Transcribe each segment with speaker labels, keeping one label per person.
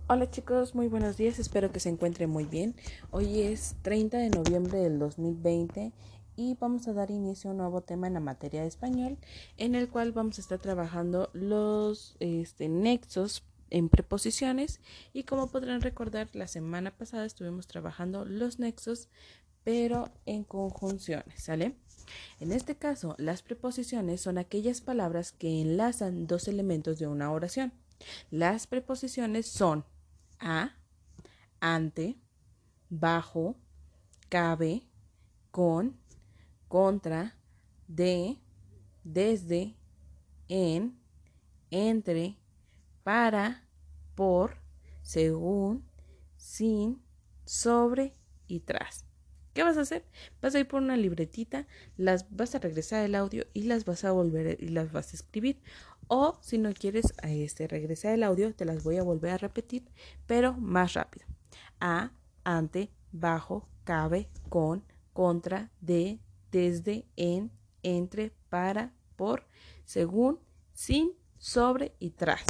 Speaker 1: Hola chicos, muy buenos días, espero que se encuentren muy bien. Hoy es 30 de noviembre del 2020 y vamos a dar inicio a un nuevo tema en la materia de español, en el cual vamos a estar trabajando los nexos en preposiciones, y como podrán recordar, la semana pasada estuvimos trabajando los nexos pero en conjunciones, ¿sale? En este caso, las preposiciones son aquellas palabras que enlazan dos elementos de una oración. Las preposiciones son a, ante, bajo, cabe, con, contra, de, desde, en, entre, para, por, según, sin, sobre y tras. ¿Qué vas a hacer? Vas a ir por una libretita, las vas a regresar el audio y las vas a volver y las vas a escribir. O si no quieres regresar el audio, te las voy a volver a repetir, pero más rápido. A, ante, bajo, cabe, con, contra, de, desde, en, entre, para, por, según, sin, sobre y tras.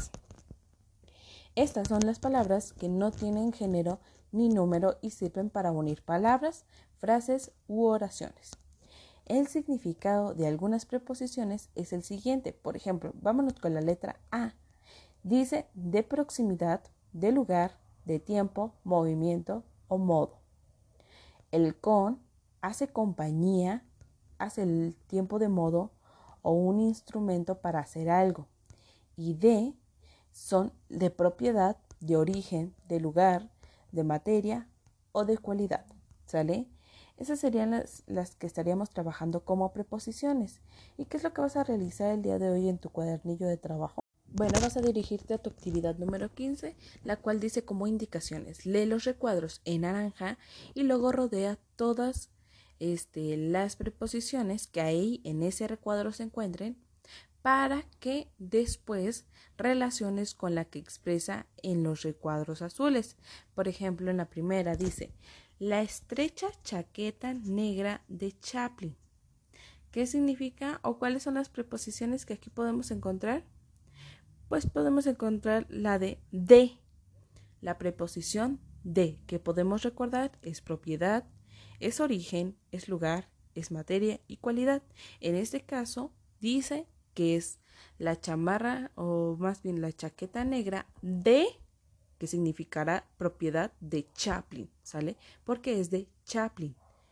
Speaker 1: Estas son las palabras que no tienen género ni número y sirven para unir palabras, frases u oraciones. El significado de algunas preposiciones es el siguiente. Por ejemplo, vámonos con la letra A. Dice de proximidad, de lugar, de tiempo, movimiento o modo. El con hace compañía, hace el tiempo de modo o un instrumento para hacer algo. Y de son de propiedad, de origen, de lugar, de materia o de cualidad. ¿Sale? Esas serían las que estaríamos trabajando como preposiciones. ¿Y qué es lo que vas a realizar el día de hoy en tu cuadernillo de trabajo? Bueno, vas a dirigirte a tu actividad número 15, la cual dice como indicaciones: lee los recuadros en naranja y luego rodea todas las preposiciones que ahí en ese recuadro se encuentren, para que después relaciones con la que expresa en los recuadros azules. Por ejemplo, en la primera dice: la estrecha chaqueta negra de Chaplin. ¿Qué significa o cuáles son las preposiciones que aquí podemos encontrar? Pues podemos encontrar la de, la preposición de, que podemos recordar es propiedad, es origen, es lugar, es materia y cualidad. En este caso dice que es la chamarra, o más bien la chaqueta negra de, que significará propiedad de Chaplin, ¿sale? Porque es de Chaplin,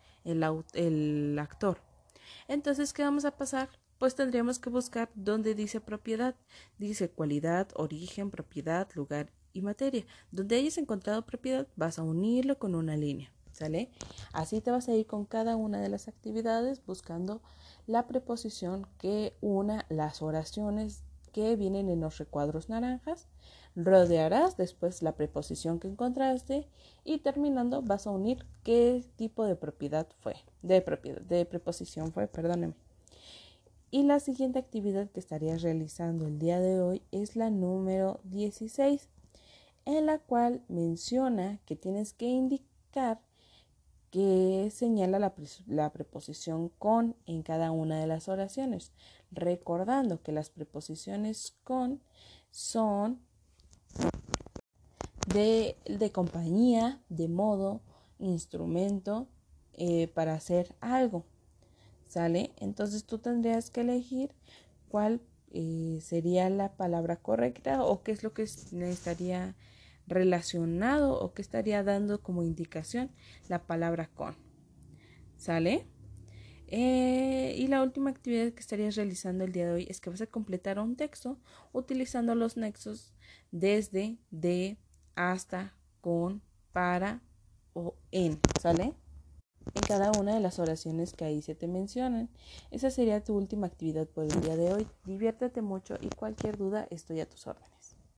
Speaker 1: el actor. Entonces, ¿qué vamos a pasar? Pues tendríamos que buscar dónde dice propiedad. Dice cualidad, origen, propiedad, lugar y materia. Donde hayas encontrado propiedad, vas a unirlo con una línea, ¿sale? Así te vas a ir con cada una de las actividades buscando la preposición que una las oraciones que vienen en los recuadros naranjas. Rodearás después la preposición que encontraste y terminando vas a unir qué tipo de propiedad fue, de preposición fue, perdóneme. Y la siguiente actividad que estarías realizando el día de hoy es la número 16, en la cual menciona que tienes que indicar que señala la preposición con en cada una de las oraciones, recordando que las preposiciones con son de compañía, de modo, instrumento para hacer algo, ¿sale? Entonces tú tendrías que elegir cuál sería la palabra correcta o qué es lo que estaría relacionado o qué estaría dando como indicación la palabra con, ¿sale? Y la última actividad que estarías realizando el día de hoy es que vas a completar un texto utilizando los nexos desde, de, hasta, con, para o en, ¿sale? En cada una de las oraciones que ahí se te mencionan. Esa sería tu última actividad por el día de hoy. Diviértete mucho y cualquier duda estoy a tus órdenes.